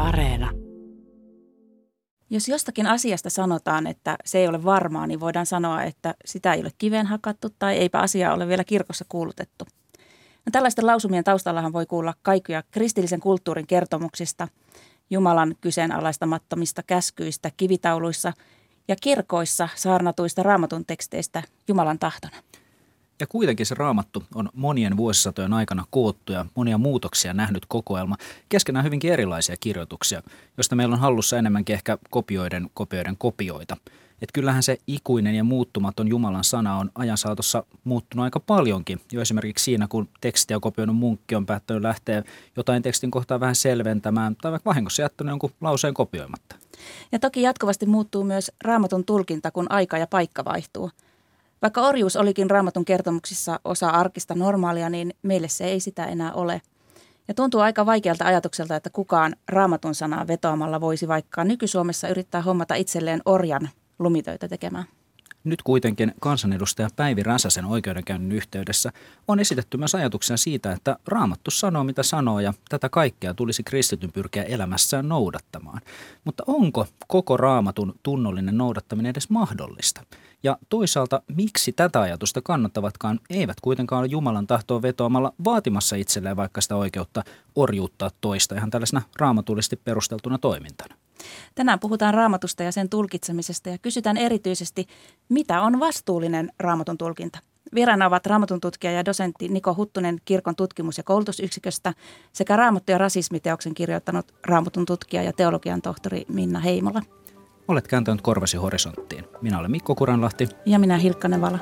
Areena. Jos jostakin asiasta sanotaan, että se ei ole varmaa, niin voidaan sanoa, että sitä ei ole kiveen hakattu tai eipä asiaa ole vielä kirkossa kuulutettu. No, tällaisten lausumien taustallahan voi kuulla kaikuja kristillisen kulttuurin kertomuksista, Jumalan kyseenalaistamattomista käskyistä kivitauluissa ja kirkoissa saarnatuista raamatun teksteistä Jumalan tahtona. Ja kuitenkin se Raamattu on monien vuosisatojen aikana koottu ja monia muutoksia nähnyt kokoelma, keskenään hyvinkin erilaisia kirjoituksia, joista meillä on hallussa enemmänkin ehkä kopioiden kopioita. Että kyllähän se ikuinen ja muuttumaton Jumalan sana on ajan saatossa muuttunut aika paljonkin. Jo esimerkiksi siinä, kun tekstiä kopioinut munkki on päättänyt lähteä jotain tekstin kohtaa vähän selventämään tai vaikka vahingossa jättänyt jonkun lauseen kopioimatta. Ja toki jatkuvasti muuttuu myös Raamatun tulkinta, kun aika ja paikka vaihtuu. Vaikka orjuus olikin Raamatun kertomuksissa osa arkista normaalia, niin meille se ei sitä enää ole. Ja tuntuu aika vaikealta ajatukselta, että kukaan Raamatun sanaa vetoamalla voisi vaikka nyky-Suomessa yrittää hommata itselleen orjan lumitöitä tekemään. Nyt kuitenkin kansanedustaja Päivi Räsäsen oikeudenkäynnin yhteydessä on esitetty myös ajatuksia siitä, että Raamattu sanoo mitä sanoo ja tätä kaikkea tulisi kristityn pyrkiä elämässään noudattamaan. Mutta onko koko Raamatun tunnollinen noudattaminen edes mahdollista? Ja toisaalta miksi tätä ajatusta kannattavatkaan eivät kuitenkaan ole Jumalan tahtoa vetoamalla vaatimassa itselleen vaikka sitä oikeutta orjuuttaa toista ihan tällaisena raamatullisesti perusteltuna toimintana? Tänään puhutaan Raamatusta ja sen tulkitsemisesta ja kysytään erityisesti, mitä on vastuullinen Raamatun tulkinta. Vieraana ovat Raamatun tutkija ja dosentti Niko Huttunen kirkon tutkimus- ja koulutusyksiköstä sekä Raamattu ja rasismiteoksen kirjoittanut Raamatun tutkija ja teologian tohtori Minna Heimola. Olet kääntänyt korvasi horisonttiin. Minä olen Mikko Kuranlahti. Ja minä Hilkka Nevala.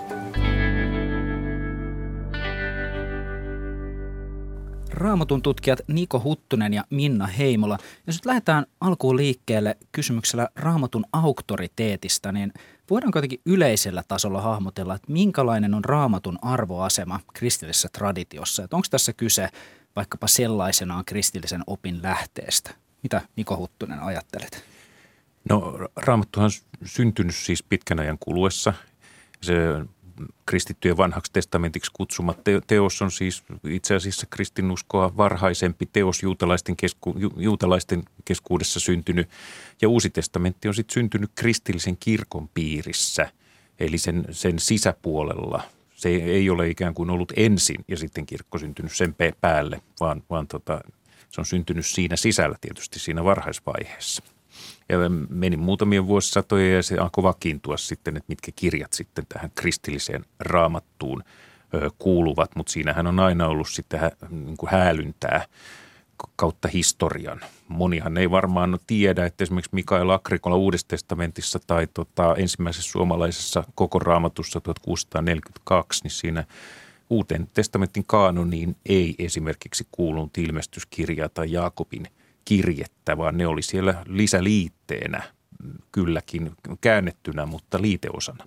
Raamatun tutkijat Niko Huttunen ja Minna Heimola. Jos nyt lähdetään alkuun liikkeelle kysymyksellä Raamatun auktoriteetista, niin voidaanko jotenkin yleisellä tasolla hahmotella, että minkälainen on Raamatun arvoasema kristillisessä traditiossa? Että onko tässä kyse vaikkapa sellaisenaan kristillisen opin lähteestä? Mitä Niko Huttunen ajattelet? No, Raamattuhan on syntynyt siis pitkän ajan kuluessa. Se kristittyjen vanhaksi testamentiksi kutsuma teos on siis itse asiassa kristinuskoa varhaisempi teos juutalaisten keskuudessa syntynyt. Ja Uusi testamentti on sitten syntynyt kristillisen kirkon piirissä, eli sen sisäpuolella. Se ei ole ikään kuin ollut ensin ja sitten kirkko syntynyt sen päälle, vaan se on syntynyt siinä sisällä tietysti siinä varhaisvaiheessa. Ja meni muutamia vuosisatoja ja se alkoi vakiintua sitten, että mitkä kirjat sitten tähän kristilliseen Raamattuun kuuluvat. Mutta siinähän on aina ollut sitten niin kuin häälyntää kautta historian. Monihan ei varmaan tiedä, että esimerkiksi Mikael Agrikola Uudessa testamentissa tai ensimmäisessä suomalaisessa koko Raamatussa 1642, niin siinä Uuteen testamentin kaanoniin ei esimerkiksi kuulunut ilmestyskirjaa tai Jaakobin kirjettä, vaan ne oli siellä lisäliitteenä kylläkin käännettynä, mutta liiteosana.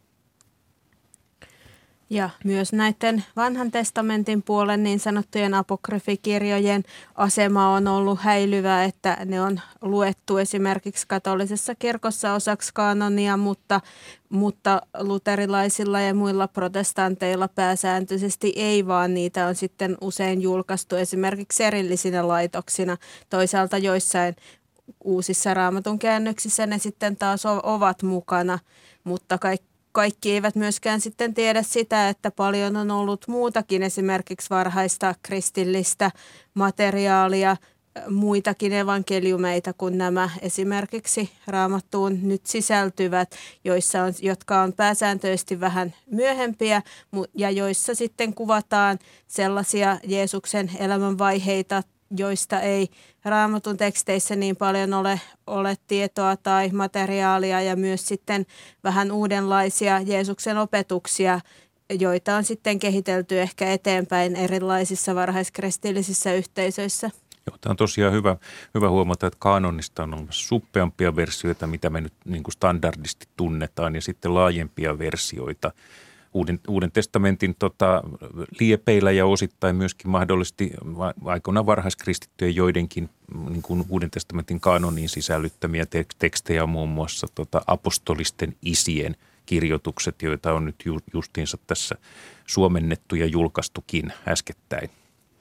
Ja myös näiden vanhan testamentin puolen niin sanottujen apokryfikirjojen asema on ollut häilyvä, että ne on luettu esimerkiksi katolisessa kirkossa osaksi kanonia, mutta luterilaisilla ja muilla protestanteilla pääsääntöisesti ei, vaan niitä on sitten usein julkaistu esimerkiksi erillisinä laitoksina. Toisaalta joissain uusissa Raamatun käännöksissä ne sitten taas ovat mukana, mutta kaikki eivät myöskään sitten tiedä sitä, että paljon on ollut muutakin esimerkiksi varhaista kristillistä materiaalia, muitakin evankeliumeita kuin nämä esimerkiksi Raamattuun nyt sisältyvät, jotka on pääsääntöisesti vähän myöhempiä ja joissa sitten kuvataan sellaisia Jeesuksen elämänvaiheita, joista ei Raamatun teksteissä niin paljon ole tietoa tai materiaalia ja myös sitten vähän uudenlaisia Jeesuksen opetuksia, joita on sitten kehitelty ehkä eteenpäin erilaisissa varhaiskristillisissä yhteisöissä. Joo, tämä on tosiaan hyvä huomata, että kaanonista on olemassa suppeampia versioita, mitä me nyt niin kuin standardisti tunnetaan, ja sitten laajempia versioita. Uuden testamentin liepeillä ja osittain myöskin mahdollisesti aikoinaan varhaiskristittyjen joidenkin niin kuin Uuden testamentin kanoniin sisällyttämiä tekstejä, muun muassa apostolisten isien kirjoitukset, joita on nyt justiinsa tässä suomennettu ja julkaistukin äskettäin.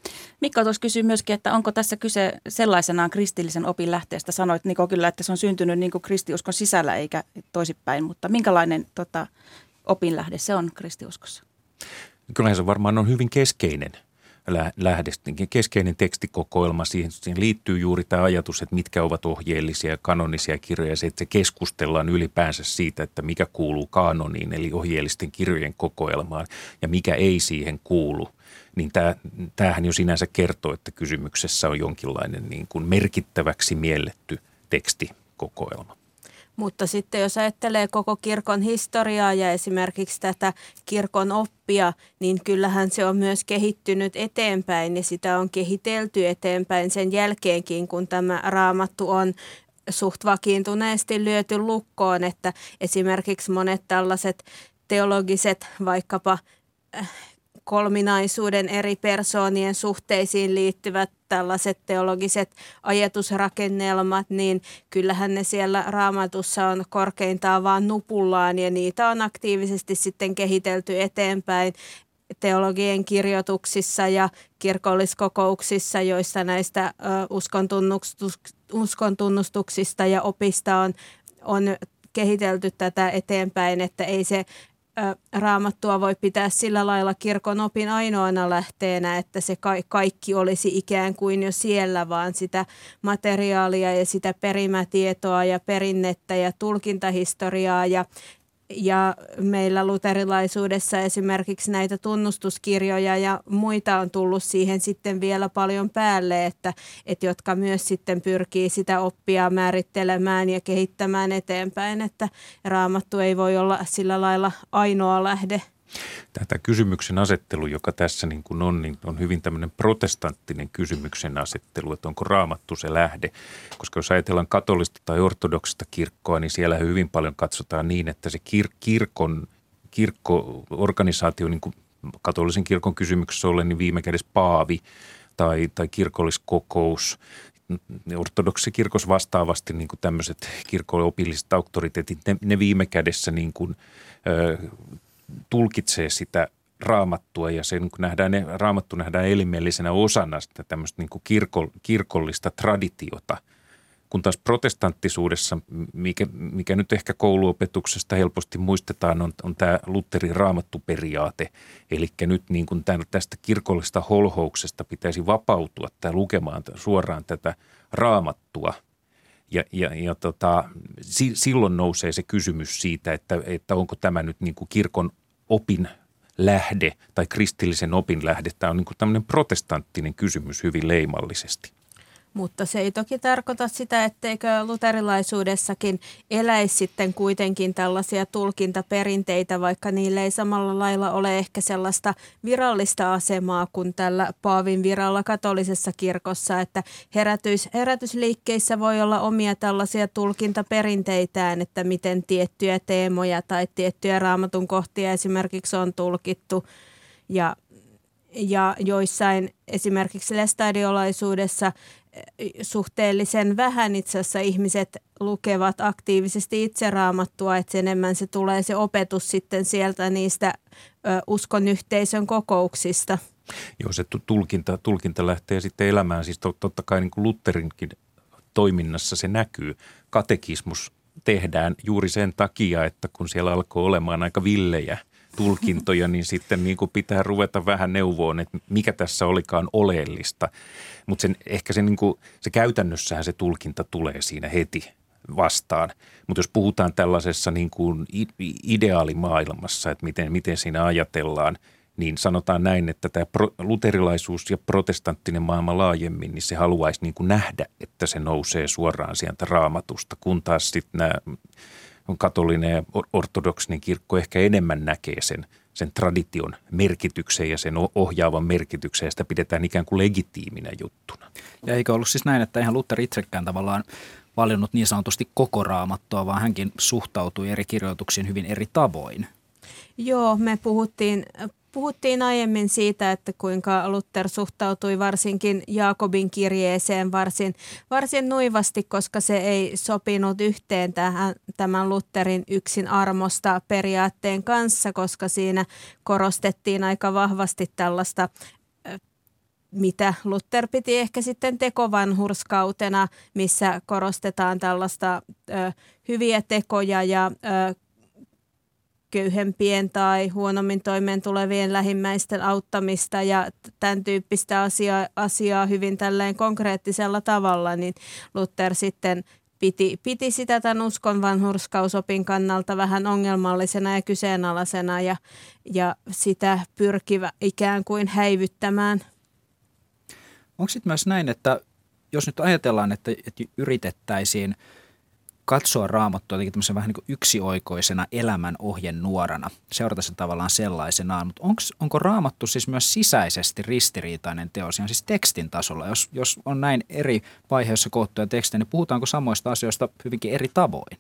Mikko tuossa kysyy myöskin, että onko tässä kyse sellaisenaan kristillisen opin lähteestä. Sanoit Niko kyllä, että se on syntynyt niin kuin kristiuskon sisällä eikä toisinpäin, mutta minkälainen opinlähde se on kristiuskossa? Kyllähän se varmaan on hyvin keskeinen lähde, keskeinen tekstikokoelma. Siihen liittyy juuri tämä ajatus, että mitkä ovat ohjeellisia ja kanonisia kirjoja. Se, että se keskustellaan ylipäänsä siitä, että mikä kuuluu kanoniin, eli ohjeellisten kirjojen kokoelmaan, ja mikä ei siihen kuulu. Niin tämähän jo sinänsä kertoo, että kysymyksessä on jonkinlainen niin kuin merkittäväksi mielletty tekstikokoelma. Mutta sitten jos ajattelee koko kirkon historiaa ja esimerkiksi tätä kirkon oppia, niin kyllähän se on myös kehittynyt eteenpäin ja sitä on kehitelty eteenpäin sen jälkeenkin, kun tämä Raamattu on suht vakiintuneesti lyöty lukkoon, että esimerkiksi monet tällaiset teologiset vaikkapa kolminaisuuden eri persoonien suhteisiin liittyvät tällaiset teologiset ajatusrakennelmat, niin kyllähän ne siellä Raamatussa on korkeintaan vaan nupullaan ja niitä on aktiivisesti sitten kehitelty eteenpäin teologien kirjoituksissa ja kirkolliskokouksissa, joissa näistä uskontunnustuksista ja opista on kehitelty tätä eteenpäin, että ei se Raamattua voi pitää sillä lailla kirkon opin ainoana lähteenä, että se kaikki olisi ikään kuin jo siellä, vaan sitä materiaalia ja sitä perimätietoa ja perinnettä ja tulkintahistoriaa ja meillä luterilaisuudessa esimerkiksi näitä tunnustuskirjoja ja muita on tullut siihen sitten vielä paljon päälle, että jotka myös sitten pyrkii sitä oppia määrittelemään ja kehittämään eteenpäin, että Raamattu ei voi olla sillä lailla ainoa lähde. Tätä kysymyksen asettelu, joka tässä niin kuin on, niin on hyvin tämmöinen protestanttinen kysymyksen asettelu, että onko Raamattu se lähde. Koska jos ajatellaan katolista tai ortodoksista kirkkoa, niin siellä hyvin paljon katsotaan niin, että se kirkko-organisaatio, niin kuin katolisen kirkon kysymyksessä ollen, niin viime kädessä paavi tai kirkolliskokous. Ortodoksissa kirkossa vastaavasti niin kuin tämmöiset kirkolle opilliset auktoriteetit, ne viime kädessä niin kuin, tulkitsee sitä Raamattua ja se Raamattu nähdään elimellisenä osana sitä tämmöistä niin kuin kirkollista traditiota. Kun taas protestanttisuudessa, mikä nyt ehkä kouluopetuksesta helposti muistetaan, on tämä Lutherin raamattuperiaate. Eli nyt niin kuin tästä kirkollisesta holhouksesta pitäisi vapautua tai lukemaan suoraan tätä Raamattua. Silloin nousee se kysymys siitä, että onko tämä nyt niin kuin kirkon opin lähde tai kristillisen opin lähde. Tämä on niin kuin tämmöinen protestanttinen kysymys hyvin leimallisesti. Mutta se ei toki tarkoita sitä, etteikö luterilaisuudessakin eläisi sitten kuitenkin tällaisia tulkintaperinteitä, vaikka niille ei samalla lailla ole ehkä sellaista virallista asemaa kuin tällä paavin viralla katolisessa kirkossa, että herätysliikkeissä voi olla omia tällaisia tulkintaperinteitään, että miten tiettyjä teemoja tai tiettyjä raamatun kohtia esimerkiksi on tulkittu ja joissain esimerkiksi lestadiolaisuudessa suhteellisen vähän itse asiassa ihmiset lukevat aktiivisesti itse Raamattua, että enemmän se tulee se opetus sitten sieltä niistä uskonyhteisön kokouksista. Joo, se tulkinta lähtee sitten elämään. Siis totta kai niin kuin Lutherinkin toiminnassa se näkyy. Katekismus tehdään juuri sen takia, että kun siellä alkoi olemaan aika villejä tulkintoja, niin sitten niin kuin pitää ruveta vähän neuvoon, että mikä tässä olikaan oleellista. Mutta ehkä se käytännössähän se tulkinta tulee siinä heti vastaan. Mutta jos puhutaan tällaisessa niin kuin ideaalimaailmassa, että miten siinä ajatellaan, niin sanotaan näin, että tämä luterilaisuus ja protestanttinen maailma laajemmin, niin se haluaisi niin kuin nähdä, että se nousee suoraan sieltä Raamatusta, kun taas sitten nämä katolinen ja ortodoksinen kirkko ehkä enemmän näkee sen tradition merkityksen ja sen ohjaavan merkityksen, ja sitä pidetään ikään kuin legitiiminä juttuna. Ja eikö ollut siis näin, että eihän Luther itsekään tavallaan valinnut niin sanotusti koko Raamattua, vaan hänkin suhtautui eri kirjoituksiin hyvin eri tavoin? Joo, me puhuttiin aiemmin siitä, että kuinka Luther suhtautui varsinkin Jaakobin kirjeeseen varsin nuivasti, koska se ei sopinut yhteen tämän Lutherin yksin armosta periaatteen kanssa, koska siinä korostettiin aika vahvasti tällaista mitä Luther piti ehkä sitten tekovanhurskautena, missä korostetaan tällaista hyviä tekoja ja köyhempien tai huonommin toimeen tulevien lähimmäisten auttamista ja tämän tyyppistä asiaa hyvin tälleen konkreettisella tavalla, niin Luther sitten piti sitä tämän uskon vanhurskausopin kannalta vähän ongelmallisena ja kyseenalaisena ja sitä pyrkivä ikään kuin häivyttämään. Onko sitten myös näin, että jos nyt ajatellaan, että yritettäisiin katsoa Raamattua jotenkin tämmöisen vähän niin kuin yksioikoisena elämän ohjenuorana, seurata sen tavallaan sellaisenaan, mutta onko Raamattu siis myös sisäisesti ristiriitainen teos, ihan siis tekstin tasolla? Jos on näin eri vaiheessa koottuja tekstejä, niin puhutaanko samoista asioista hyvinkin eri tavoin?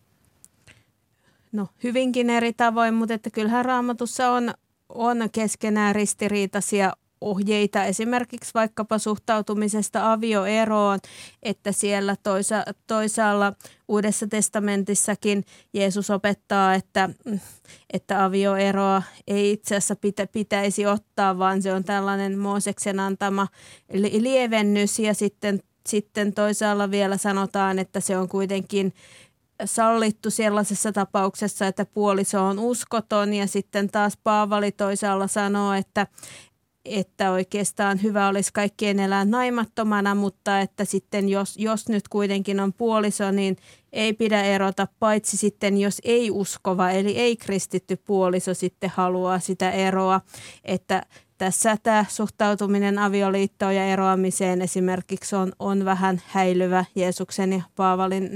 No hyvinkin eri tavoin, mutta että kyllähän Raamatussa on keskenään ristiriitaisia ohjeita esimerkiksi vaikkapa suhtautumisesta avioeroon, että siellä toisaalla Uudessa testamentissakin Jeesus opettaa, että avioeroa ei itse asiassa pitäisi ottaa, vaan se on tällainen Mooseksen antama lievennys ja sitten toisaalla vielä sanotaan, että se on kuitenkin sallittu sellaisessa tapauksessa, että puoliso on uskoton ja sitten taas Paavali toisaalla sanoo, että oikeastaan hyvä olisi kaikkien elää naimattomana, mutta että sitten jos nyt kuitenkin on puoliso, niin ei pidä erota, paitsi sitten jos ei uskova, eli ei kristitty puoliso sitten haluaa sitä eroa, että tässä tämä suhtautuminen avioliittoon ja eroamiseen esimerkiksi on vähän häilyvä Jeesuksen ja Paavalin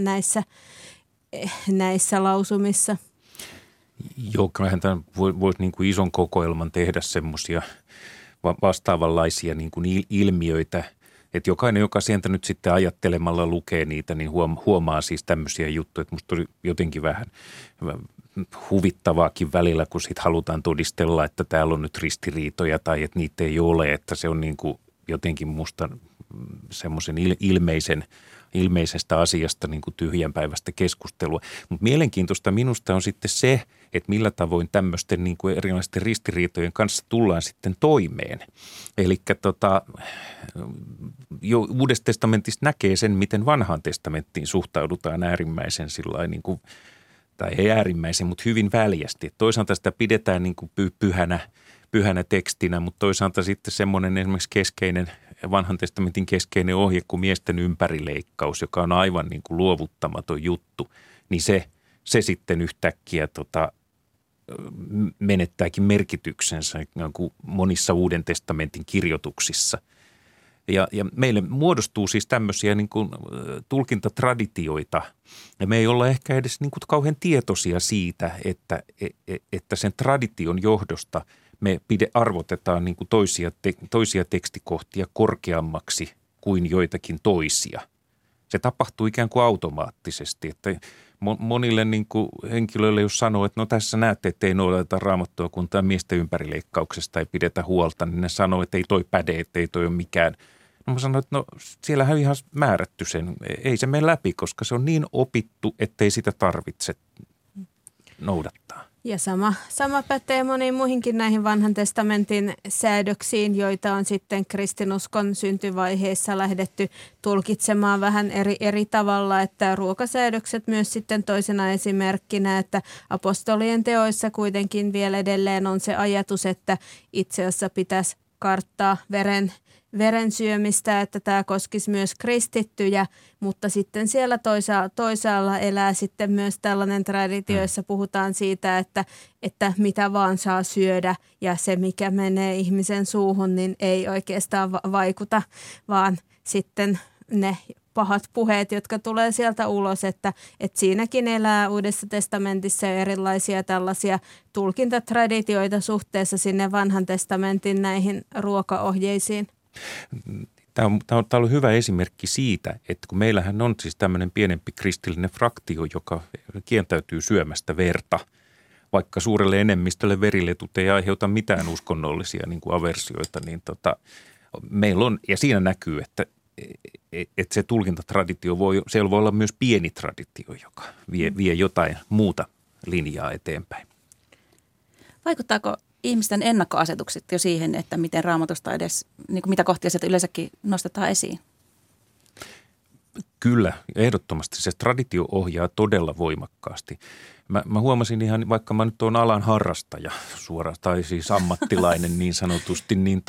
näissä lausumissa. Joo, kyllähän tämän voisi niin kuin ison kokoelman tehdä semmoisia vastaavanlaisia niin kuin ilmiöitä, että jokainen, joka sieltä nyt sitten ajattelemalla lukee niitä, niin huomaa siis tämmöisiä juttuja, että musta oli jotenkin vähän huvittavaakin välillä, kun sitten halutaan todistella, että täällä on nyt ristiriitoja tai että niitä ei ole, että se on niin kuin jotenkin musta semmoisen ilmeisestä asiasta niin kuin tyhjänpäiväistä keskustelua. Mutta mielenkiintoista minusta on sitten se, että millä tavoin tämmöisten niin kuin erilaisten ristiriitojen kanssa tullaan sitten toimeen. Eli jo Uudessa testamentissa näkee sen, miten vanhaan testamenttiin suhtaudutaan äärimmäisen sillain niin kuin, tai ei äärimmäisen, mutta hyvin väljästi. Toisaalta sitä pidetään niin kuin pyhänä tekstinä, mutta toisaalta sitten semmoinen esimerkiksi keskeinen, vanhan testamentin keskeinen ohje kuin miesten ympärileikkaus, joka on aivan niin kuin luovuttamaton juttu, niin se sitten yhtäkkiä menettääkin merkityksensä kuin monissa Uuden testamentin kirjoituksissa. Ja meille muodostuu siis tämmöisiä niin kuin tulkintatraditioita, ja me ei olla ehkä edes niin kuin kauhean tietoisia siitä, että sen tradition johdosta me arvotetaan niin kuin toisia tekstikohtia korkeammaksi kuin joitakin toisia. Se tapahtuu ikään kuin automaattisesti, että monille niin kuin henkilöille, jos sanoo, että no tässä näette, että ei noudateta Raamattua, kun tämä miesten ympärileikkauksesta ei pidetä huolta, niin ne sanoo, että ei toi päde, että ei toi ole mikään. No mä sanoin, että no siellähän on ihan määrätty sen. Ei se mene läpi, koska se on niin opittu, ettei sitä tarvitse noudattaa. Ja sama pätee moniin muihinkin näihin vanhan testamentin säädöksiin, joita on sitten kristinuskon syntyvaiheessa lähdetty tulkitsemaan vähän eri tavalla, että ruokasäädökset myös sitten toisena esimerkkinä, että apostolien teoissa kuitenkin vielä edelleen on se ajatus, että itse asiassa pitäisi karttaa veren syömistä, että tämä koskisi myös kristittyjä, mutta sitten siellä toisaalla elää sitten myös tällainen traditio, jossa puhutaan siitä, että mitä vaan saa syödä ja se, mikä menee ihmisen suuhun, niin ei oikeastaan vaikuta, vaan sitten ne pahat puheet, jotka tulee sieltä ulos, että siinäkin elää Uudessa testamentissa erilaisia tällaisia tulkintatraditioita suhteessa sinne vanhan testamentin näihin ruokaohjeisiin. Tämä on ollut hyvä esimerkki siitä, että kun meillähän on siis tämmöinen pienempi kristillinen fraktio, joka kieltäytyy syömästä verta, vaikka suurelle enemmistölle veriletut ei aiheuta mitään uskonnollisia niin kuin aversioita, niin meillä on, ja siinä näkyy, että se tulkintatraditio voi olla myös pieni traditio, joka vie jotain muuta linjaa eteenpäin. Vaikuttaako ihmisten ennakkoasetukset jo siihen, että miten Raamatusta edes, niin kuin mitä kohtia sieltä yleensäkin nostetaan esiin? Kyllä, ehdottomasti se traditio ohjaa todella voimakkaasti. Mä huomasin ihan, vaikka mä nyt oon alan harrastaja suoraan, tai siis ammattilainen niin sanotusti, niin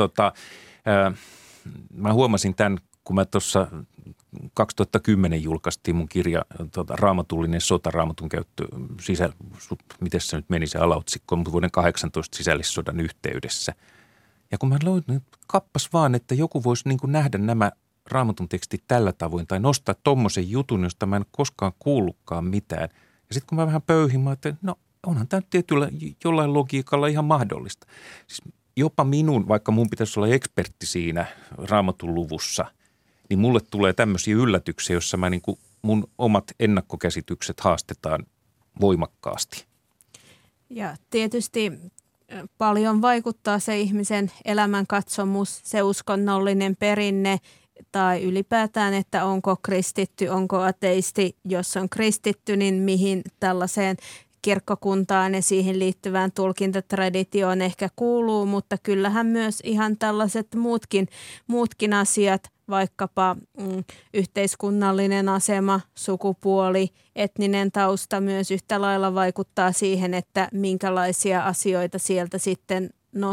mä huomasin tämän, kun mä tuossa 2010 julkaistiin mun kirja Raamatullinen sota, raamatun käyttö, miten se nyt meni se alaotsikko, mutta vuoden 18 sisällissodan yhteydessä. Ja kun mä luin, niin kappas vaan, että joku voisi niin kuin nähdä nämä raamatun tekstit tällä tavoin tai nostaa tommosen jutun, josta mä en koskaan kuullutkaan mitään. Ja sitten kun mä vähän pöyhin, mä että no onhan tämä tietyllä jollain logiikalla ihan mahdollista. Siis jopa minun, vaikka mun pitäisi olla ekspertti siinä raamatun luvussa, niin mulle tulee tämmöisiä yllätyksiä, jossa mä niin kuin mun omat ennakkokäsitykset haastetaan voimakkaasti. Ja tietysti paljon vaikuttaa se ihmisen elämänkatsomus, se uskonnollinen perinne tai ylipäätään, että onko kristitty, onko ateisti. Jos on kristitty, niin mihin tällaiseen kirkkokuntaan ja siihen liittyvään tulkintatraditioon ehkä kuuluu, mutta kyllähän myös ihan tällaiset muutkin asiat, vaikkapa yhteiskunnallinen asema, sukupuoli, etninen tausta myös yhtä lailla vaikuttaa siihen, että minkälaisia asioita sieltä sitten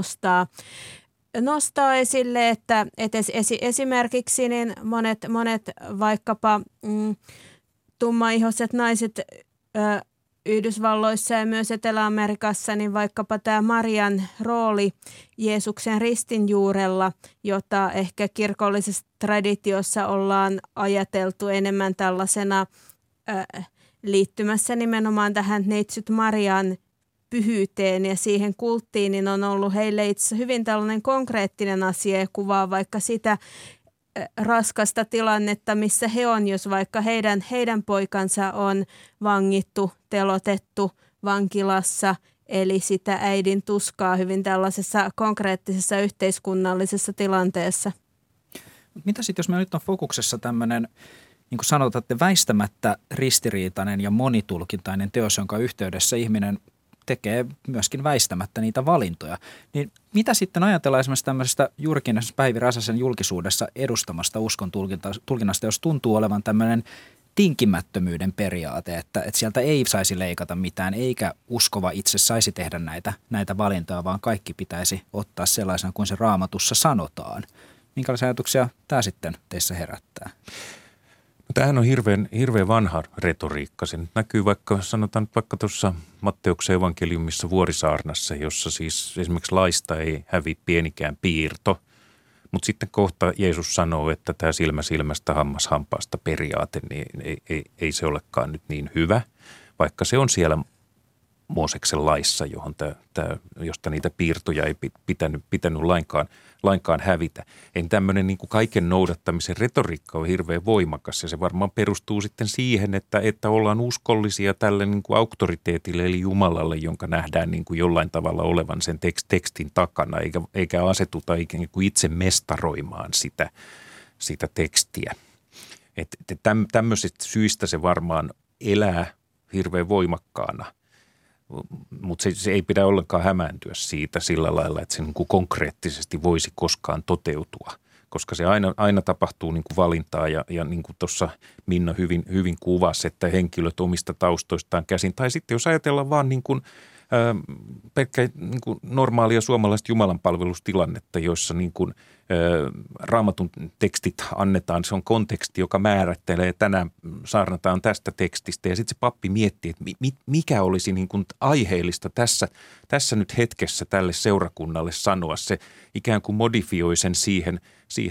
nostaa esille, että esimerkiksi niin monet vaikkapa tummaihoiset naiset Yhdysvalloissa ja myös Etelä-Amerikassa, niin vaikkapa tämä Marian rooli Jeesuksen ristin juurella, jota ehkä kirkollisessa traditiossa ollaan ajateltu enemmän tällaisena liittymässä nimenomaan tähän neitsyt Marian pyhyyteen ja siihen kulttiin, niin on ollut heille itse hyvin tällainen konkreettinen asia ja kuvaa vaikka sitä raskasta tilannetta, missä he on, jos vaikka heidän poikansa on vangittu, telotettu vankilassa, eli sitä äidin tuskaa hyvin tällaisessa konkreettisessa yhteiskunnallisessa tilanteessa. Mitä sitten, jos me nyt on fokuksessa tämmöinen, niin kuin sanotaan, että väistämättä ristiriitainen ja monitulkintainen teos, jonka yhteydessä ihminen tekee myöskin väistämättä niitä valintoja. Niin mitä sitten ajatellaan esimerkiksi tämmöisestä juurikin Päivi Räsäsen julkisuudessa edustamasta uskon tulkinnasta, jos tuntuu olevan tämmöinen tinkimättömyyden periaate, että sieltä ei saisi leikata mitään, eikä uskova itse saisi tehdä näitä valintoja, vaan kaikki pitäisi ottaa sellaisena kuin se Raamatussa sanotaan. Minkälaisia ajatuksia tämä sitten teissä herättää? Tämähän on hirveän vanha retoriikka. Se näkyy sanotaan vaikka tuossa Matteuksen evankeliumissa Vuorisaarnassa, jossa siis esimerkiksi laista ei hävi pienikään piirto. Mutta sitten kohta Jeesus sanoo, että tämä silmä silmästä, hammas hampaasta periaate, niin ei se olekaan nyt niin hyvä, vaikka se on siellä Mooseksen laissa, josta niitä piirtoja ei pitänyt lainkaan hävitä. Ei tämmöinen niin kuin kaiken noudattamisen retoriikka on hirveän voimakas ja se varmaan perustuu sitten siihen, että ollaan uskollisia tälle niin kuin auktoriteetille eli Jumalalle, jonka nähdään niin kuin jollain tavalla olevan sen tekstin takana eikä asetuta ikään kuin itse mestaroimaan sitä tekstiä. Tämmöisistä syistä se varmaan elää hirveän voimakkaana. Mutta se ei pidä ollenkaan hämääntyä siitä sillä lailla, että se niin kuin konkreettisesti voisi koskaan toteutua, koska se aina tapahtuu niin kuin valintaa ja niin kuin tuossa Minna hyvin kuvasi, että henkilöt omista taustoistaan käsin. Tai sitten jos ajatellaan vaan niin kuin, pelkkä niin kuin normaalia suomalaista jumalanpalvelustilannetta, joissa niin kuin, Raamatun tekstit annetaan, se on konteksti, joka määrittelee, tänään saarnataan tästä tekstistä ja sitten se pappi miettii, että mikä olisi niin kuin aiheellista tässä nyt hetkessä tälle seurakunnalle sanoa. Se ikään kuin modifioi sen siihen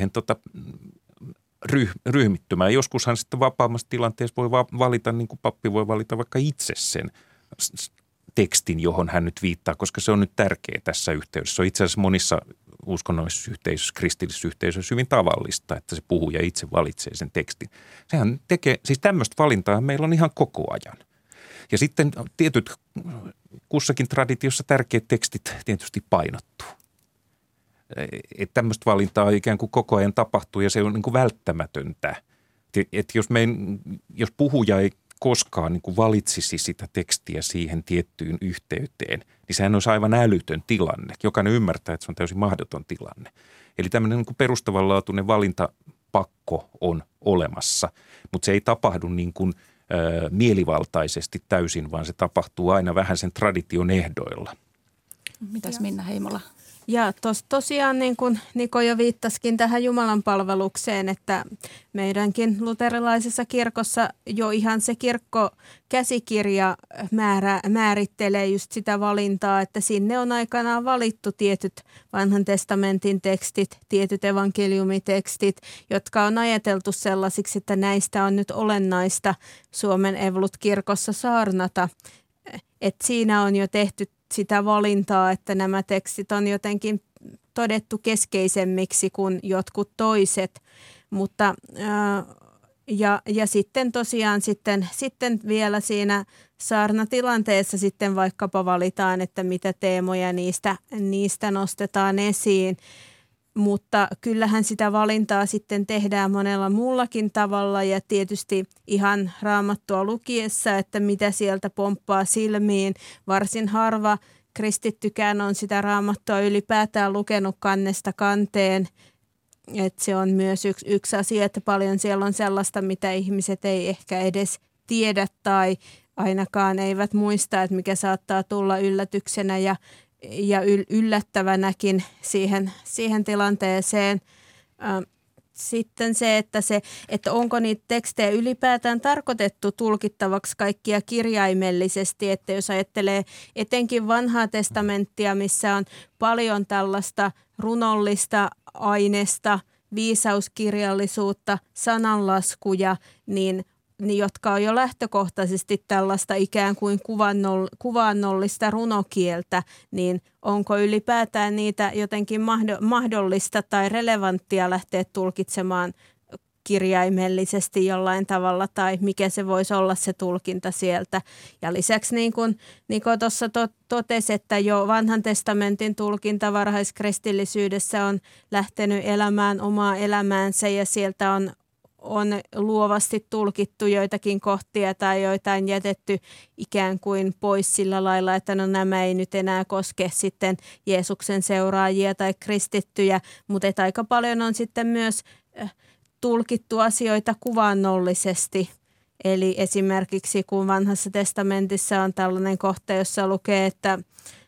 ryhmittymään. Joskushan sitten vapaammassa tilanteessa voi valita, niin kuin pappi voi valita vaikka itse sen tekstin, johon hän nyt viittaa, koska se on nyt tärkeä tässä yhteydessä. Se on itse asiassa monissa uskonnollisissa yhteisöissä, kristillisissä yhteisöissä hyvin tavallista, että se puhuja itse valitsee sen tekstin. Sehän tekee, siis tämmöistä valintaa meillä on ihan koko ajan. Ja sitten tietyt kussakin traditiossa tärkeät tekstit tietysti painottuu. Että tämmöistä valintaa ikään kuin koko ajan tapahtuu ja se on niin kuin välttämätöntä. Että jos puhuja ei koskaan niin kuin valitsisi sitä tekstiä siihen tiettyyn yhteyteen, niin sehän olisi aivan älytön tilanne. Jokainen ymmärtää, että se on täysin mahdoton tilanne. Eli tämmöinen niin kuin perustavanlaatuinen valintapakko on olemassa, mutta se ei tapahdu niin kuin mielivaltaisesti täysin, vaan se tapahtuu aina vähän sen tradition ehdoilla. Mitäs Minna Heimola? Ja tosiaan niin kuin Niko jo viittasikin tähän Jumalan palvelukseen, että meidänkin luterilaisessa kirkossa jo ihan se kirkkokäsikirja määrittelee just sitä valintaa, että sinne on aikanaan valittu tietyt vanhan testamentin tekstit, tietyt evankeliumitekstit, jotka on ajateltu sellaisiksi, että näistä on nyt olennaista Suomen Evolut-kirkossa saarnata. Että siinä on jo tehty sitä valintaa, että nämä tekstit on jotenkin todettu keskeisemmiksi kuin jotkut toiset, mutta ja sitten tosiaan sitten vielä siinä saarnatilanteessa sitten vaikkapa valitaan, että mitä teemoja niistä nostetaan esiin. Mutta kyllähän sitä valintaa sitten tehdään monella muullakin tavalla ja tietysti ihan Raamattua lukiessa, että mitä sieltä pomppaa silmiin. Varsin harva kristittykään on sitä Raamattua ylipäätään lukenut kannesta kanteen. Et se on myös yksi asia, että paljon siellä on sellaista, mitä ihmiset ei ehkä edes tiedä tai ainakaan eivät muista, että mikä saattaa tulla yllätyksenä ja yllättävänäkin siihen tilanteeseen. Sitten se, että onko niitä tekstejä ylipäätään tarkoitettu tulkittavaksi kaikkia kirjaimellisesti, että jos ajattelee etenkin vanhaa testamenttia, missä on paljon tällaista runollista aineesta, viisauskirjallisuutta, sananlaskuja, niin jotka on jo lähtökohtaisesti tällaista ikään kuin kuvaannollista runokieltä, niin onko ylipäätään niitä jotenkin mahdollista tai relevanttia lähteä tulkitsemaan kirjaimellisesti jollain tavalla tai mikä se voisi olla se tulkinta sieltä. Ja lisäksi niin kuin Niko tuossa totesi, että jo vanhan testamentin tulkinta varhaiskristillisyydessä on lähtenyt elämään omaa elämäänsä ja sieltä on luovasti tulkittu joitakin kohtia tai joitain jätetty ikään kuin pois sillä lailla, että no nämä ei nyt enää koske sitten Jeesuksen seuraajia tai kristittyjä, mutta aika paljon on sitten myös tulkittu asioita kuvaannollisesti. Eli esimerkiksi kun vanhassa testamentissa on tällainen kohta, jossa lukee, että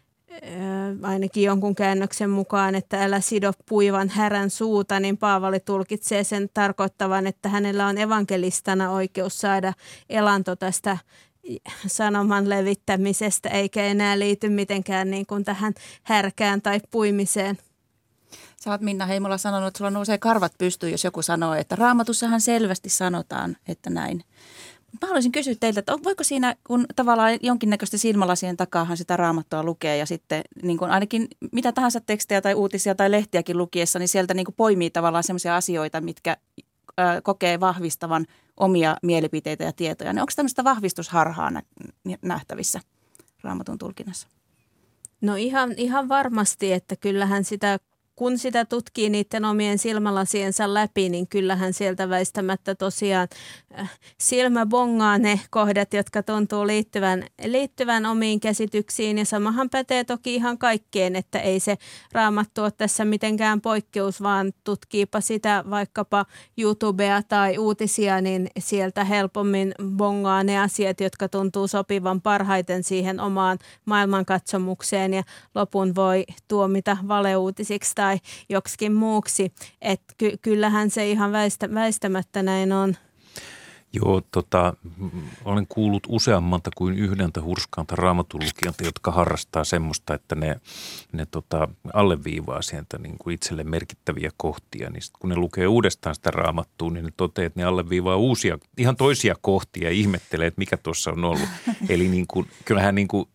ainakin jonkun käännöksen mukaan, että älä sido puivan härän suuta, niin Paavali tulkitsee sen tarkoittavan, että hänellä on evankelistana oikeus saada elanto tästä sanoman levittämisestä, eikä enää liity mitenkään niin kuin tähän härkään tai puimiseen. Sä oot Minna Heimola sanonut, että sulla nousee karvat pystyyn, jos joku sanoo, että Raamatussahan selvästi sanotaan, että näin. Mä haluaisin kysyä teiltä, että voiko siinä, kun tavallaan jonkinnäköistä silmälasien takaahan sitä Raamattua lukee ja sitten niin kuin ainakin mitä tahansa tekstejä tai uutisia tai lehtiäkin lukiessa, niin sieltä niin kuin poimii tavallaan sellaisia asioita, mitkä kokee vahvistavan omia mielipiteitä ja tietoja. Niin onko tämmöistä vahvistusharhaa nähtävissä Raamatun tulkinnassa? No ihan varmasti, että kyllähän sitä kun sitä tutkii niiden omien silmälasiensa läpi, niin kyllähän sieltä väistämättä tosiaan silmä bongaa ne kohdat, jotka tuntuu liittyvän omiin käsityksiin. Ja samahan pätee toki ihan kaikkeen, että ei se Raamattu ole tässä mitenkään poikkeus, vaan tutkiipa sitä vaikkapa YouTubea tai uutisia, niin sieltä helpommin bongaa ne asiat, jotka tuntuu sopivan parhaiten siihen omaan maailmankatsomukseen ja lopun voi tuomita valeuutisiksi tai joksikin muuksi. Että kyllähän se ihan väistämättä näin on. Joo, olen kuullut useammalta kuin yhdeltä hurskaanta raamatulukijalta, jotka harrastaa semmoista, että ne alleviivaa sieltä niin kuin itselle merkittäviä kohtia. Niin kun ne lukee uudestaan sitä Raamattua, niin ne toteaa, että ne alleviivaa uusia, ihan toisia kohtia ja ihmettelee, että mikä tuossa on ollut. Eli niin kuin, kyllähän niin kuin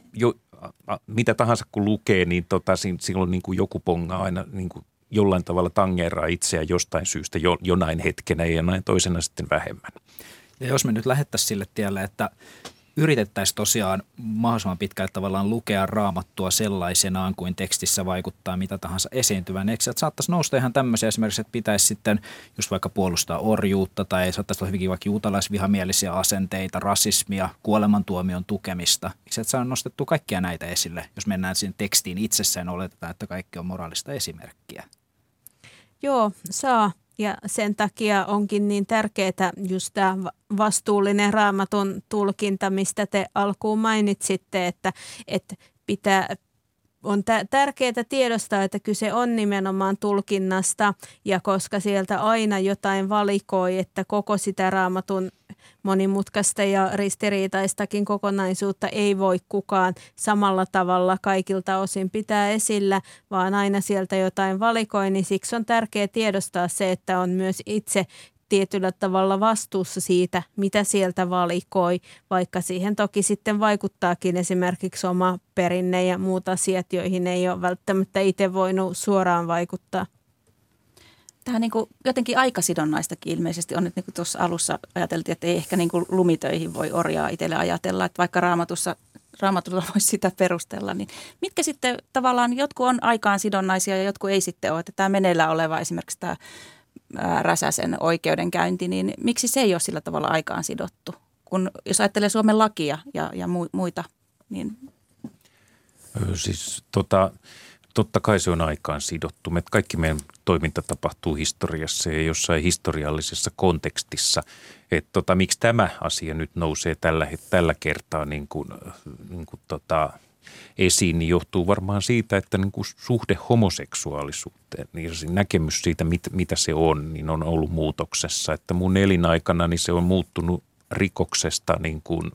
mitä tahansa kun lukee, niin silloin niin kuin joku pongaa aina niin kuin jollain tavalla tangeeraa itseään jostain syystä jonain hetkenä ja näin toisena sitten vähemmän. Ja jos me nyt lähettäisiin sille tielle, että yritettäisiin tosiaan mahdollisimman pitkälti tavallaan lukea Raamattua sellaisenaan kuin tekstissä vaikuttaa mitä tahansa esiintyvän. Eikö sieltä saattaisi nousta ihan tämmöisiä esimerkiksi, että pitäisi sitten just vaikka puolustaa orjuutta tai saattaisi olla hyvinkin vaikka juutalaisvihamielisiä asenteita, rasismia, kuolemantuomion tukemista. Eikö sieltä saa nostettua kaikkia näitä esille, jos mennään siihen tekstiin itsessään oletetaan, että kaikki on moraalista esimerkkiä? Joo, saa. Ja sen takia onkin niin tärkeää just tämä vastuullinen Raamatun tulkinta, mistä te alkuun mainitsitte, että on tärkeää tiedostaa, että kyse on nimenomaan tulkinnasta ja koska sieltä aina jotain valikoi, että koko sitä Raamatun monimutkaista ja ristiriitaistakin kokonaisuutta ei voi kukaan samalla tavalla kaikilta osin pitää esillä, vaan aina sieltä jotain valikoi, niin siksi on tärkeää tiedostaa se, että on myös itse tietyllä tavalla vastuussa siitä, mitä sieltä valikoi, vaikka siihen toki sitten vaikuttaakin esimerkiksi oma perinne ja muut asiat, joihin ei ole välttämättä itse voinut suoraan vaikuttaa. Tähän niin kuin jotenkin aikasidonnaistakin ilmeisesti on, että niin kuin tuossa alussa ajateltiin, että ei ehkä niin kuin lumitöihin voi orjaa itselle ajatella, että vaikka Raamatulla voisi sitä perustella, niin mitkä sitten tavallaan, jotkut on aikaan sidonnaisia ja jotkut ei sitten ole, että tämä meneillään oleva esimerkiksi tämä Räsäsen oikeudenkäynti, niin miksi se ei ole sillä tavalla aikaan sidottu? Kun jos ajattelee Suomen lakia ja muita, niin... Siis totta kai se on aikaan sidottu. Kaikki meidän toiminta tapahtuu historiassa ja jossain historiallisessa kontekstissa. Että miksi tämä asia nyt nousee tällä kertaa esiin, niin johtuu varmaan siitä, että niin kuin suhde homoseksuaalisuuteen, niin näkemys siitä, mitä se on, niin on ollut muutoksessa. Että mun elinaikana niin se on muuttunut rikoksesta niin kuin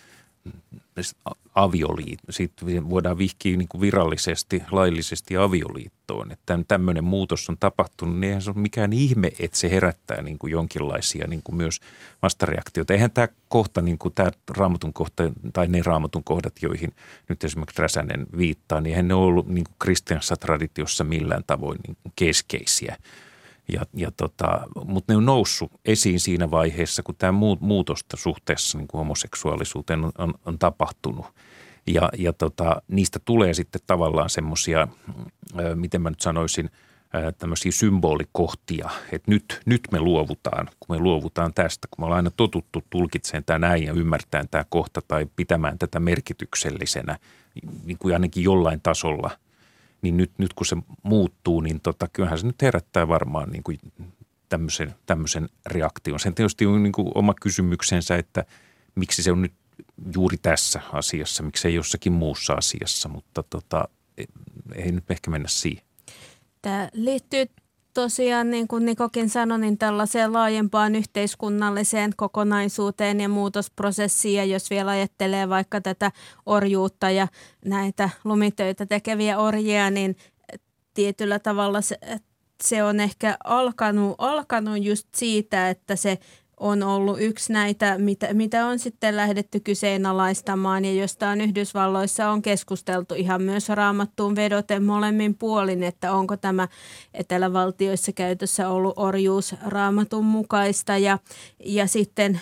avioliitto. Siitä voidaan vihkiä niin kuin virallisesti, laillisesti avioliittoon. Että tämmöinen muutos on tapahtunut, niin eihän se ole mikään ihme, että se herättää niin kuin jonkinlaisia niin kuin myös vastareaktioita. Eihän tämä kohta, niin kuin tämä Raamatun kohta, tai ne Raamatun kohdat, joihin nyt esimerkiksi Räsänen viittaa, niin eihän ne ole ollut niin kuin kristianisessa traditiossa millään tavoin niin kuin keskeisiä. Mutta ne on noussut esiin siinä vaiheessa, kun tämä muutosta suhteessa niin kuin homoseksuaalisuuteen on tapahtunut. Niistä tulee sitten tavallaan semmoisia, miten mä nyt sanoisin, tämmöisiä symbolikohtia, että nyt me luovutaan, kun me luovutaan tästä, kun me ollaan aina totuttu tulkitsemaan tämä näin ja ymmärtämään tämä kohta tai pitämään tätä merkityksellisenä, niin kuin ainakin jollain tasolla. Niin nyt kun se muuttuu, niin kyllähän se nyt herättää varmaan niin kuin tämmöisen reaktion. Sen tietysti on niin kuin oma kysymyksensä, että miksi se on nyt juuri tässä asiassa, miksi ei jossakin muussa asiassa, mutta ei nyt ehkä mennä siihen. Tämä liittyy tosiaan, niin kuin Nikokin sanoi, niin tällaiseen laajempaan yhteiskunnalliseen kokonaisuuteen ja muutosprosessiin. Ja jos vielä ajattelee vaikka tätä orjuutta ja näitä lumitöitä tekeviä orjia, niin tietyllä tavalla se on ehkä alkanut just siitä, että se on ollut yksi näitä, mitä on sitten lähdetty kyseenalaistamaan ja josta on Yhdysvalloissa on keskusteltu ihan myös Raamattuun vedoten molemmin puolin, että onko tämä etelävaltioissa käytössä ollut orjuus Raamatun mukaista ja sitten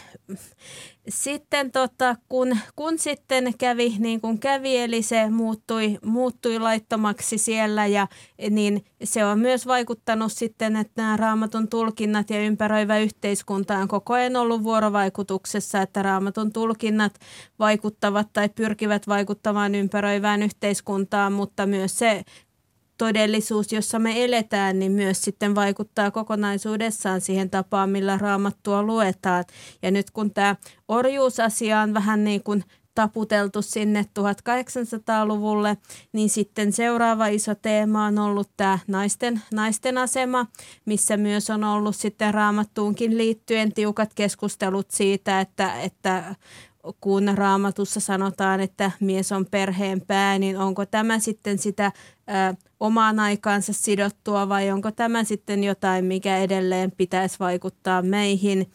kun sitten kävi niin kuin kävi, eli se muuttui laittomaksi siellä niin se on myös vaikuttanut sitten, että nämä Raamatun tulkinnat ja ympäröivä yhteiskunta on koko ajan ollut vuorovaikutuksessa, että Raamatun tulkinnat vaikuttavat tai pyrkivät vaikuttamaan ympäröivään yhteiskuntaan, mutta myös se todellisuus, jossa me eletään, niin myös sitten vaikuttaa kokonaisuudessaan siihen tapaan, millä Raamattua luetaan. Ja nyt kun tämä orjuusasia on vähän niin kuin taputeltu sinne 1800-luvulle, niin sitten seuraava iso teema on ollut tämä naisten asema, missä myös on ollut sitten Raamattuunkin liittyen tiukat keskustelut siitä, että kun Raamatussa sanotaan, että mies on perheen pää, niin onko tämä sitten sitä omaan aikaansa sidottua vai onko tämä sitten jotain, mikä edelleen pitäisi vaikuttaa meihin.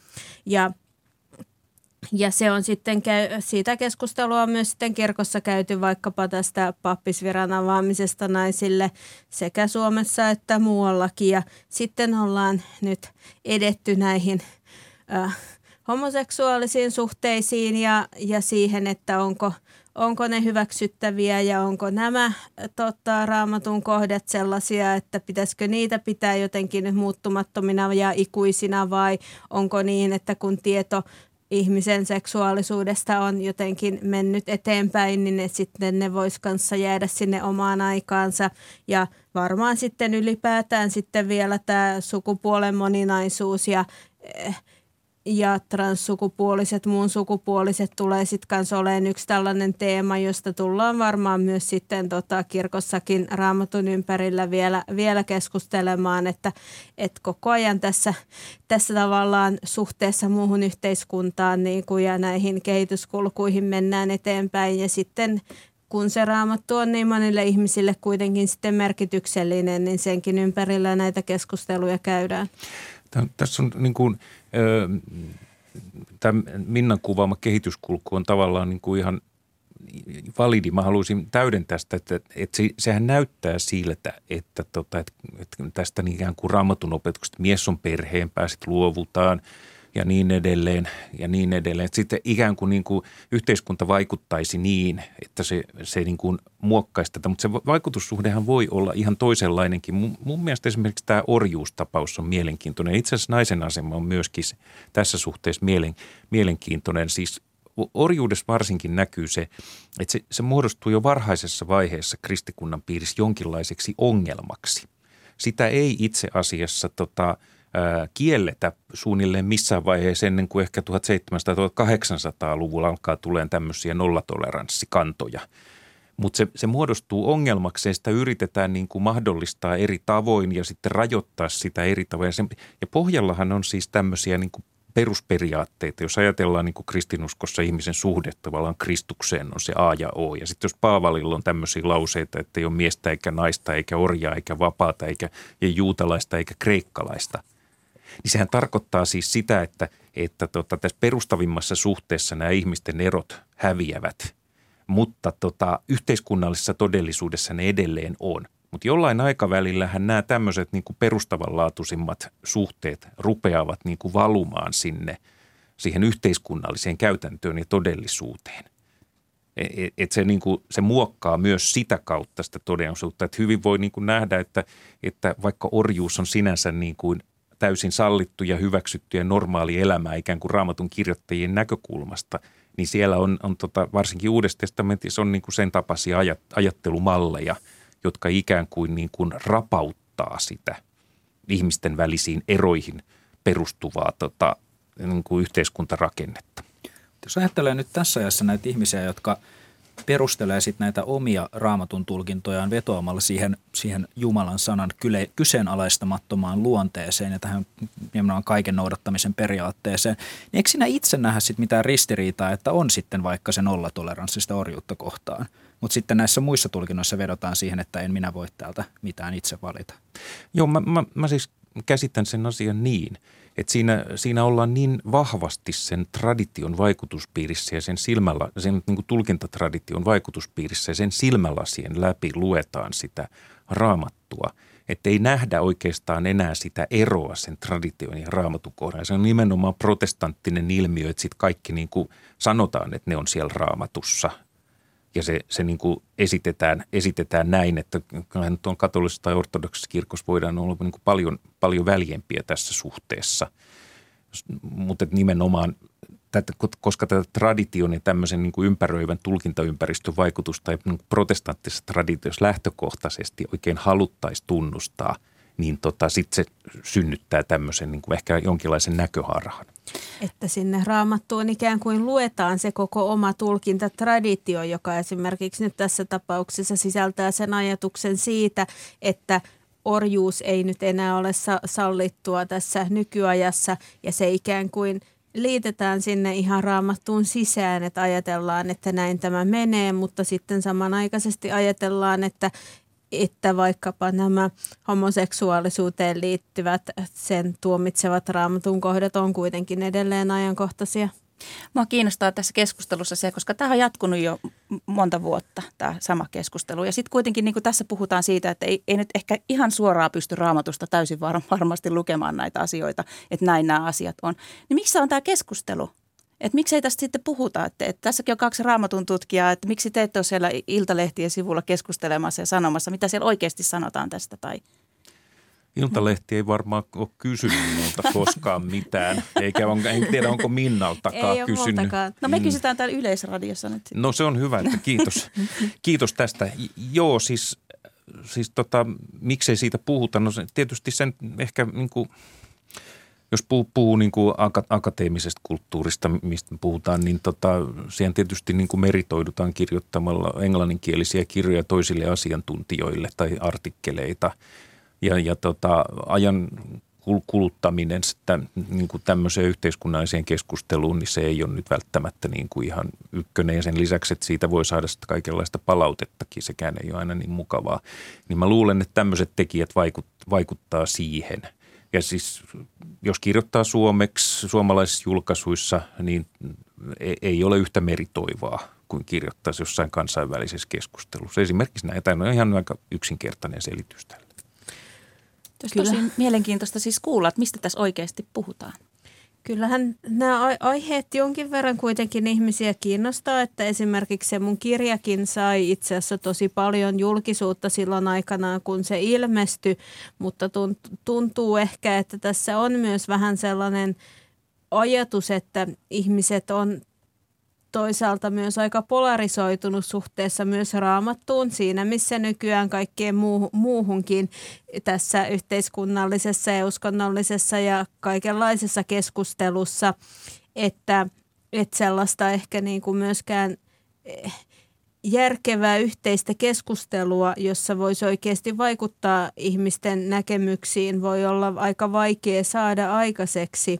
Ja se on sitten, siitä keskustelua on myös sitten kirkossa käyty vaikkapa tästä pappisviran avaamisesta naisille sekä Suomessa että muuallakin. Ja sitten ollaan nyt edetty näihin homoseksuaalisiin suhteisiin ja siihen, että onko ne hyväksyttäviä ja onko nämä Raamatun kohdat sellaisia, että pitäisikö niitä pitää jotenkin muuttumattomina ja ikuisina vai onko niin, että kun tieto ihmisen seksuaalisuudesta on jotenkin mennyt eteenpäin, niin sitten ne vois kanssa jäädä sinne omaan aikaansa. Ja varmaan sitten ylipäätään sitten vielä tämä sukupuolen moninaisuus ja transsukupuoliset, muun sukupuoliset tulee sitten kanssa olemaan yksi tällainen teema, josta tullaan varmaan myös sitten kirkossakin Raamatun ympärillä vielä keskustelemaan, että koko ajan tässä tavallaan suhteessa muuhun yhteiskuntaan niin kuin ja näihin kehityskulkuihin mennään eteenpäin ja sitten kun se Raamattu on niin monille ihmisille kuitenkin sitten merkityksellinen, niin senkin ympärillä näitä keskusteluja käydään. Tässä on niin kuin, tämä Minnan kuvaama kehityskulku on tavallaan niin kuin ihan validi. Mä haluaisin täydentää sitä, että sehän näyttää siltä, että tästä ikään kuin Raamatun opetuksesta mies on perheenpää, sitten luovutaan ja niin edelleen ja niin edelleen. Sitten ikään kuin yhteiskunta vaikuttaisi niin, että se niin kuin muokkaisi tätä, mutta se vaikutussuhdehan voi olla ihan toisenlainenkin. Mun mielestä esimerkiksi tämä orjuustapaus on mielenkiintoinen. Itse asiassa naisen asema on myöskin tässä suhteessa mielenkiintoinen. Siis orjuudessa varsinkin näkyy se, että se muodostuu jo varhaisessa vaiheessa kristikunnan piirissä jonkinlaiseksi ongelmaksi. Sitä ei itse asiassa kielletä suunnilleen missään vaiheessa ennen kuin ehkä 1700-1800-luvulla alkaa tulemaan tämmöisiä nollatoleranssikantoja. Mutta se muodostuu ongelmaksi ja sitä yritetään niin kuin mahdollistaa eri tavoin ja sitten rajoittaa sitä eri tavoin. Ja pohjallahan on siis tämmöisiä niin kuin perusperiaatteita. Jos ajatellaan niin kuin kristinuskossa ihmisen suhde tavallaan Kristukseen on se A ja O. Ja sitten jos Paavalilla on tämmöisiä lauseita, että ei ole miestä eikä naista eikä orjaa eikä vapaata eikä juutalaista eikä kreikkalaista, niin sehän tarkoittaa siis sitä, että tässä perustavimmassa suhteessa nämä ihmisten erot häviävät, mutta yhteiskunnallisessa todellisuudessa ne edelleen on. Mutta jollain aikavälillähän nämä tämmöiset niin kuin perustavanlaatuisimmat suhteet rupeavat niin kuin valumaan siihen yhteiskunnalliseen käytäntöön ja todellisuuteen. Se muokkaa myös sitä kautta sitä todellisuutta, että hyvin voi niin kuin nähdä, että vaikka orjuus on sinänsä niin kuin täysin sallittu ja hyväksytty ja normaali elämä ikään kuin Raamatun kirjoittajien näkökulmasta, niin siellä on varsinkin Uudessa testamentissa on niin kuin sen tapaisia ajattelumalleja, jotka ikään kuin rapauttaa sitä ihmisten välisiin eroihin perustuvaa niin kuin yhteiskuntarakennetta. Jos ajattelee nyt tässä ajassa näitä ihmisiä, jotka perustelee sitten näitä omia Raamatun tulkintojaan vetoamalla siihen Jumalan sanan kyseenalaistamattomaan luonteeseen ja tähän nimenomaan kaiken noudattamisen periaatteeseen, niin eikö sinä itse nähdä sitten mitään ristiriitaa, että on sitten vaikka se nollatoleranssi sitä orjuutta kohtaan, mutta sitten näissä muissa tulkinnoissa vedotaan siihen, että en minä voi täältä mitään itse valita? Joo, mä siis käsitän sen asian niin, että siinä ollaan niin vahvasti sen tradition vaikutuspiirissä ja sen niin kuin tulkintatradition vaikutuspiirissä ja sen silmälasien läpi luetaan sitä Raamattua, että ei nähdä oikeastaan enää sitä eroa sen tradition ja Raamatun kohdalla. Se on nimenomaan protestanttinen ilmiö, että sitten kaikki niin kuin sanotaan, että ne on siellä Raamatussa. Ja se niin kuin esitetään näin, että nyt on katolisessa tai ortodoksisessa kirkossa voidaan olla niin kuin paljon väljempiä tässä suhteessa. Mutta nimenomaan, koska tätä tradition ja tämmöisen niin kuin ympäröivän tulkintaympäristön vaikutusta ei niin protestanttisessa traditiossa lähtökohtaisesti oikein haluttaisi tunnustaa, niin sitten se synnyttää tämmöisen niin kuin ehkä jonkinlaisen näköharhan. Että sinne Raamattuun ikään kuin luetaan se koko oma tulkintatraditio, joka esimerkiksi nyt tässä tapauksessa sisältää sen ajatuksen siitä, että orjuus ei nyt enää ole sallittua tässä nykyajassa ja se ikään kuin liitetään sinne ihan Raamattuun sisään, että ajatellaan, että näin tämä menee, mutta sitten samanaikaisesti ajatellaan, että vaikkapa nämä homoseksuaalisuuteen liittyvät sen tuomitsevat Raamatun kohdat on kuitenkin edelleen ajankohtaisia. Mua kiinnostaa tässä keskustelussa se, koska tämä on jatkunut jo monta vuotta, tämä sama keskustelu. Ja sitten kuitenkin niin kuin tässä puhutaan siitä, että ei nyt ehkä ihan suoraan pysty Raamatusta täysin varmasti lukemaan näitä asioita, että näin nämä asiat on. Niin miksi on tämä keskustelu? Että miksei tästä sitten puhuta? Että tässäkin on 2 Raamatun tutkijaa, että miksi te ette ole siellä Iltalehtien sivulla keskustelemassa ja sanomassa, mitä siellä oikeasti sanotaan tästä tai... Iltalehti ei varmaan ole kysynyt minulta koskaan mitään, en tiedä onko Minnaltakaan ei kysynyt. Multakaan. No me kysytään täällä Yleisradiossa nyt. No se on hyvä, että kiitos. Kiitos tästä. Joo, siis miksei siitä puhuta? No tietysti sen ehkä niin kuin, jos puhuu niin kuin akateemisesta kulttuurista, mistä puhutaan, niin siihen tietysti niin kuin meritoidutaan kirjoittamalla englanninkielisiä kirjoja toisille asiantuntijoille tai artikkeleita. Ja ajan kuluttaminen niin kuin tämmöiseen yhteiskunnalliseen keskusteluun, niin se ei ole nyt välttämättä niin kuin ihan ykkönen. Ja sen lisäksi, että siitä voi saada sitä kaikenlaista palautettakin, sekään ei ole aina niin mukavaa. Niin mä luulen, että tämmöiset tekijät vaikuttaa siihen. Ja siis jos kirjoittaa suomeksi suomalaisissa julkaisuissa, niin ei ole yhtä meritoivaa kuin kirjoittaisi jossain kansainvälisessä keskustelussa. Esimerkiksi näin. Tämä on ihan aika yksinkertainen selitys tälle. Olisi tosi mielenkiintoista siis kuulla, että mistä tässä oikeasti puhutaan. Kyllähän nämä aiheet jonkin verran kuitenkin ihmisiä kiinnostaa, että esimerkiksi se mun kirjakin sai itse asiassa tosi paljon julkisuutta silloin aikanaan, kun se ilmestyi, mutta tuntuu ehkä, että tässä on myös vähän sellainen ajatus, että ihmiset on toisaalta myös aika polarisoitunut suhteessa myös Raamattuun siinä, missä nykyään kaikkeen muuhunkin tässä yhteiskunnallisessa ja uskonnollisessa ja kaikenlaisessa keskustelussa, että sellaista ehkä niin kuin myöskään järkevää yhteistä keskustelua, jossa voisi oikeasti vaikuttaa ihmisten näkemyksiin, voi olla aika vaikea saada aikaiseksi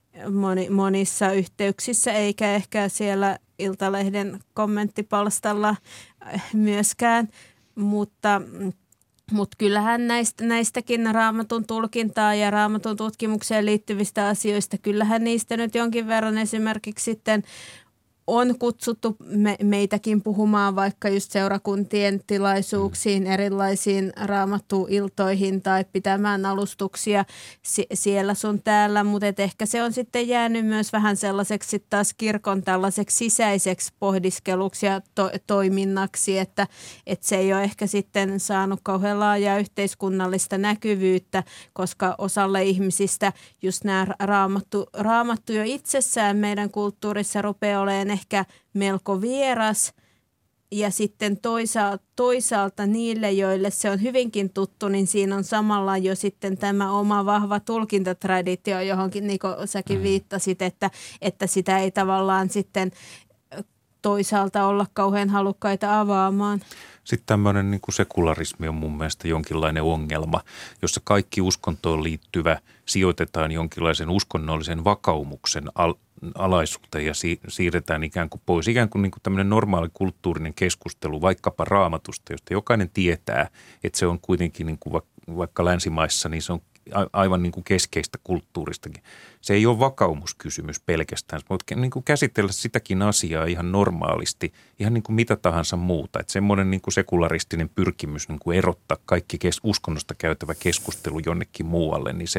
monissa yhteyksissä, eikä ehkä siellä Iltalehden kommenttipalstalla myöskään, mutta kyllähän näistäkin Raamatun tulkintaa ja Raamatun tutkimukseen liittyvistä asioista, kyllähän niistä nyt jonkin verran esimerkiksi sitten on kutsuttu meitäkin puhumaan vaikka just seurakuntien tilaisuuksiin, erilaisiin raamattuiltoihin tai pitämään alustuksia siellä sun täällä, mutta ehkä se on sitten jäänyt myös vähän sellaiseksi taas kirkon tällaiseksi sisäiseksi pohdiskeluksi ja toiminnaksi, että se ei ole ehkä sitten saanut kauhean laajaa yhteiskunnallista näkyvyyttä, koska osalle ihmisistä just nämä raamattu jo itsessään meidän kulttuurissa rupeaa olemaan ehkä melko vieras ja sitten toisaalta niille, joille se on hyvinkin tuttu, niin siinä on samalla jo sitten tämä oma vahva tulkintatraditio, johonkin niin kuin säkin viittasit, että sitä ei tavallaan sitten toisaalta olla kauhean halukkaita avaamaan. Sitten tämmöinen niin kuin sekularismi on mun mielestä jonkinlainen ongelma, jossa kaikki uskontoon liittyvä sijoitetaan jonkinlaisen uskonnollisen vakaumuksen alaisuuteen ja siirretään ikään kuin pois. Ikään kuin, tämmöinen normaali kulttuurinen keskustelu vaikkapa Raamatusta, josta jokainen tietää, että se on kuitenkin niin kuin vaikka länsimaissa, niin se on aivan niin kuin keskeistä kulttuuristakin. Se ei ole vakaumuskysymys pelkästään. Voit niin kuin käsitellä sitäkin asiaa ihan normaalisti, ihan niin kuin mitä tahansa muuta. Että semmoinen niin kuin sekularistinen pyrkimys niin kuin erottaa kaikki uskonnosta käytävä keskustelu jonnekin muualle, niin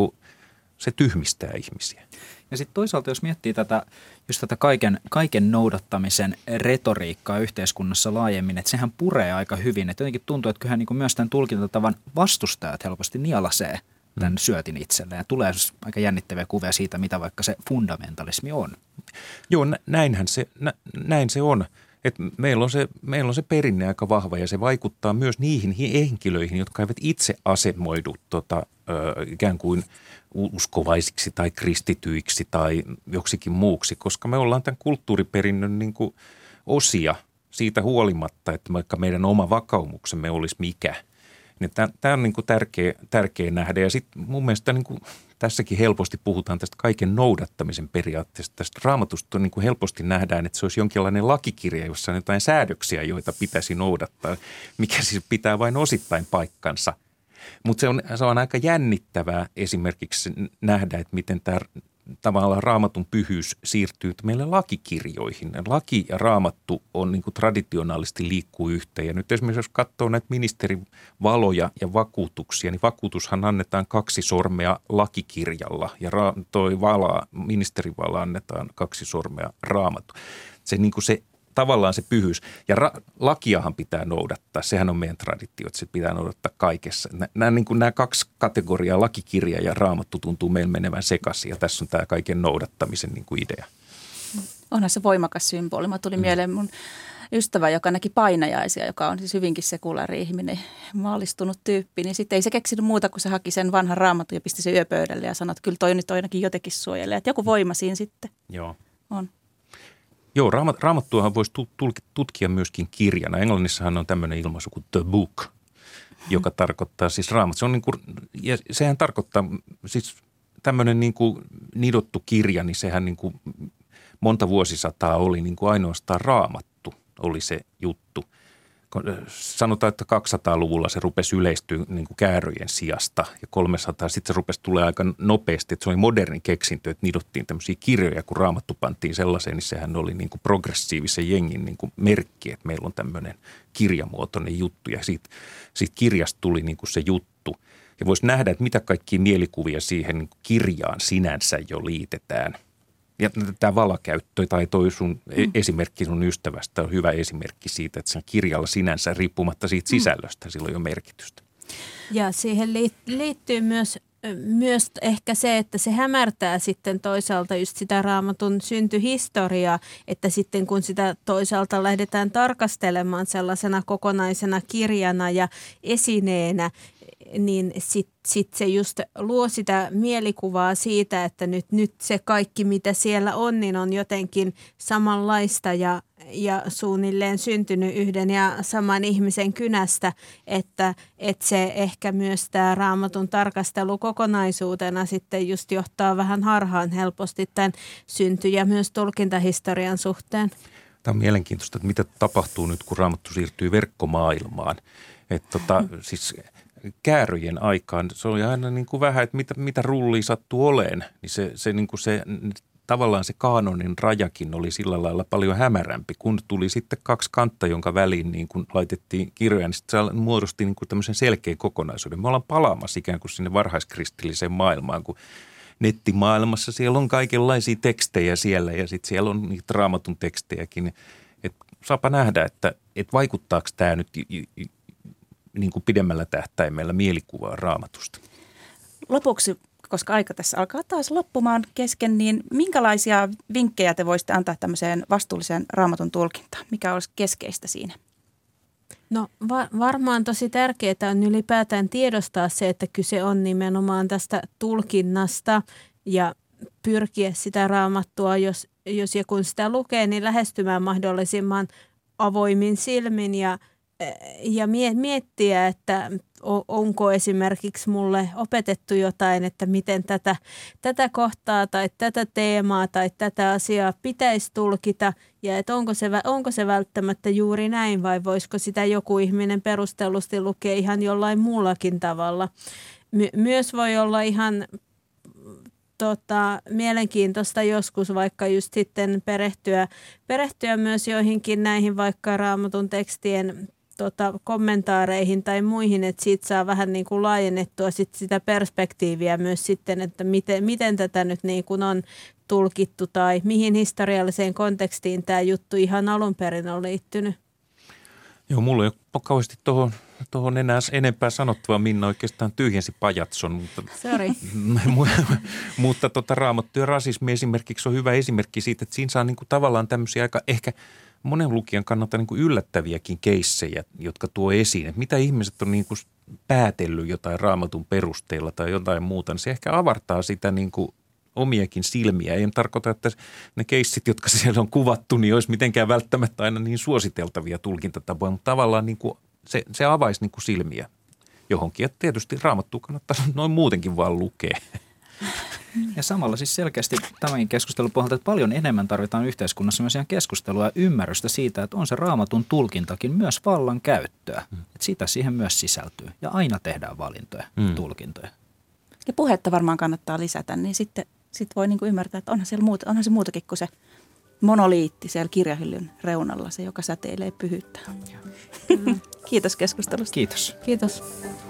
se tyhmistää ihmisiä. Ja sitten toisaalta, jos miettii tätä kaiken noudattamisen retoriikkaa yhteiskunnassa laajemmin, että sehän puree aika hyvin. Että jotenkin tuntuu, että kyllähän niin kuin myös tämän tulkintatavan vastustajat helposti nielasee tämän syötin itselleen. Ja tulee aika jännittäviä kuvia siitä, mitä vaikka se fundamentalismi on. Joo, näin se on. Että meillä on se perinne aika vahva ja se vaikuttaa myös niihin henkilöihin, jotka eivät itse asemoidu ikään kuin uskovaisiksi tai kristityiksi tai joksikin muuksi, koska me ollaan tämän kulttuuriperinnön niin kuin osia siitä huolimatta, että vaikka meidän oma vakaumuksemme olisi mikä. Tämä on niin kuin tärkeä nähdä ja sitten mun mielestä niin kuin tässäkin helposti puhutaan tästä kaiken noudattamisen periaatteesta. Tästä Raamatusta niin kuin helposti nähdään, että se olisi jonkinlainen lakikirja, jossa on jotain säädöksiä, joita pitäisi noudattaa, mikä siis pitää vain osittain paikkansa. Mutta se on aika jännittävää esimerkiksi nähdä, että miten tämä tavallaan raamatun pyhyys siirtyy meille lakikirjoihin. Laki ja raamattu on niin kuin traditionaalisesti liikkuu yhteen. Ja nyt esimerkiksi jos katsoo näitä ministerivaloja ja vakuutuksia, niin vakuutushan annetaan 2 sormea lakikirjalla ja ministerivala annetaan 2 sormea raamattu. Se niin kuin se tavallaan se pyhyys. Ja lakiahan pitää noudattaa. Sehän on meidän traditio, että se pitää noudattaa kaikessa. Nämä 2 kategoriaa, lakikirja ja raamattu, tuntuu meillä menevän sekaisin. Ja tässä on tämä kaiken noudattamisen niin kuin idea. Onhan se voimakas symboli. Mä tuli mieleen mun ystävä, joka näki painajaisia, joka on siis hyvinkin sekulaari ihminen, maalistunut tyyppi. Niin sitten ei se keksinyt muuta, kun se haki sen vanhan raamatun ja pisti sen yöpöydälle ja sanoi, että kyllä toi nyt ainakin jotenkin suojelee. Että joku voima siinä sitten on. Joo, raamattuahan voisi tutkia myöskin kirjana. Englannissahan on tämmöinen ilmaisu kuin the book, joka tarkoittaa siis raamattu. Se on niin kuin, ja sehän tarkoittaa siis tämmöinen niin kuin nidottu kirja, niin sehän niin kuin monta vuosisataa oli niin kuin ainoastaan raamattu, oli se juttu. Sanotaan, että 200-luvulla se rupesi yleistyä niin kuin kääröjen sijasta ja 300, sitten se rupesi tulee aika nopeasti, että se oli moderni keksintö, että nidottiin tämmöisiä kirjoja, kun raamattu pantiin sellaiseen, niin sehän oli niin kuin progressiivisen jengin niin kuin merkki, että meillä on tämmöinen kirjamuotoinen juttu ja siitä kirjasta tuli niin kuin se juttu. Ja voisi nähdä, että mitä kaikkia mielikuvia siihen niin kuin kirjaan sinänsä jo liitetään. Ja tämä valakäyttö tai toi sun esimerkki sun ystävästä on hyvä esimerkki siitä, että sen kirjalla sinänsä riippumatta siitä sisällöstä sillä on jo merkitystä. Ja siihen liittyy myös ehkä se, että se hämärtää sitten toisaalta just sitä raamatun syntyhistoriaa, että sitten kun sitä toisaalta lähdetään tarkastelemaan sellaisena kokonaisena kirjana ja esineenä, niin sit se just luo sitä mielikuvaa siitä, että nyt se kaikki, mitä siellä on, niin on jotenkin samanlaista ja suunnilleen syntynyt yhden ja saman ihmisen kynästä, että se ehkä myös tämä raamatun tarkastelu kokonaisuutena sitten just johtaa vähän harhaan helposti tämän synty- ja myös tulkintahistorian suhteen. Tämä on mielenkiintoista, että mitä tapahtuu nyt, kun raamattu siirtyy verkkomaailmaan. Siis kääröjen aikaan se oli aina niin kuin vähän, että mitä rullia sattuu oleen, niin se tavallaan se kaanonin rajakin oli sillä lailla paljon hämärämpi, kun tuli sitten 2 kantta, jonka väliin niin kun laitettiin kirjoja, niin sitten se muodosti niin kuin tämmöisen selkeän kokonaisuuden. Me ollaan palaamassa ikään kuin sinne varhaiskristilliseen maailmaan, kun nettimaailmassa siellä on kaikenlaisia tekstejä siellä ja sitten siellä on niitä raamatun tekstejäkin. Et saapa nähdä, että vaikuttaako tämä nyt niin kuin pidemmällä tähtäimellä mielikuvaa raamatusta. Lopuksi, koska aika tässä alkaa taas loppumaan kesken, niin minkälaisia vinkkejä te voisitte antaa tämmöiseen vastuulliseen raamatun tulkintaan? Mikä olisi keskeistä siinä? No varmaan tosi tärkeää on ylipäätään tiedostaa se, että kyse on nimenomaan tästä tulkinnasta ja pyrkiä sitä raamattua, jos ja kun sitä lukee, niin lähestymään mahdollisimman avoimin silmin ja miettiä, että onko esimerkiksi mulle opetettu jotain, että miten tätä kohtaa tai tätä teemaa tai tätä asiaa pitäisi tulkita ja että onko se välttämättä juuri näin vai voisiko sitä joku ihminen perustellusti lukea ihan jollain muullakin tavalla. Myös voi olla ihan mielenkiintoista joskus vaikka just sitten perehtyä myös joihinkin näihin vaikka raamatun tekstien kommentaareihin tai muihin, että siitä saa vähän niin kuin laajennettua sitä perspektiiviä myös sitten, että miten tätä nyt niin kuin on tulkittu tai mihin historialliseen kontekstiin tämä juttu ihan alun perin on liittynyt. Joo, mulla ei ole kauheasti tuohon enempää sanottavaa. Minna oikeastaan tyhjensi pajatson. Sori. Mutta raamattu ja rasismi esimerkiksi on hyvä esimerkki siitä, että siinä saa niin kuin tavallaan tämmöisiä aika ehkä monen lukijan kannalta niin kuin yllättäviäkin keissejä, jotka tuo esiin, että mitä ihmiset on niin kuin päätellyt jotain raamatun perusteella tai jotain muuta, niin se ehkä avartaa sitä niin kuin omiakin silmiä. Ei tarkoita, että ne keissit, jotka siellä on kuvattu, niin olisi mitenkään välttämättä aina niin suositeltavia tulkintatapoja, mutta tavallaan niin kuin se avaisi niin kuin silmiä johonkin. Ja tietysti raamattua kannattaa noin muutenkin vaan lukea. Ja samalla siis selkeästi tämänkin keskustelun pohjalta, että paljon enemmän tarvitaan yhteiskunnassa myös ihan keskustelua ja ymmärrystä siitä, että on se raamatun tulkintakin myös vallan käyttöä. Että sitä siihen myös sisältyy ja aina tehdään valintoja, tulkintoja. Ja puhetta varmaan kannattaa lisätä, niin sitten sitten voi niin kuin ymmärtää, että onhan se muutakin kuin se monoliitti siellä kirjahyllyn reunalla, se joka säteilee pyhyyttä. Kiitos keskustelusta. Kiitos. Kiitos.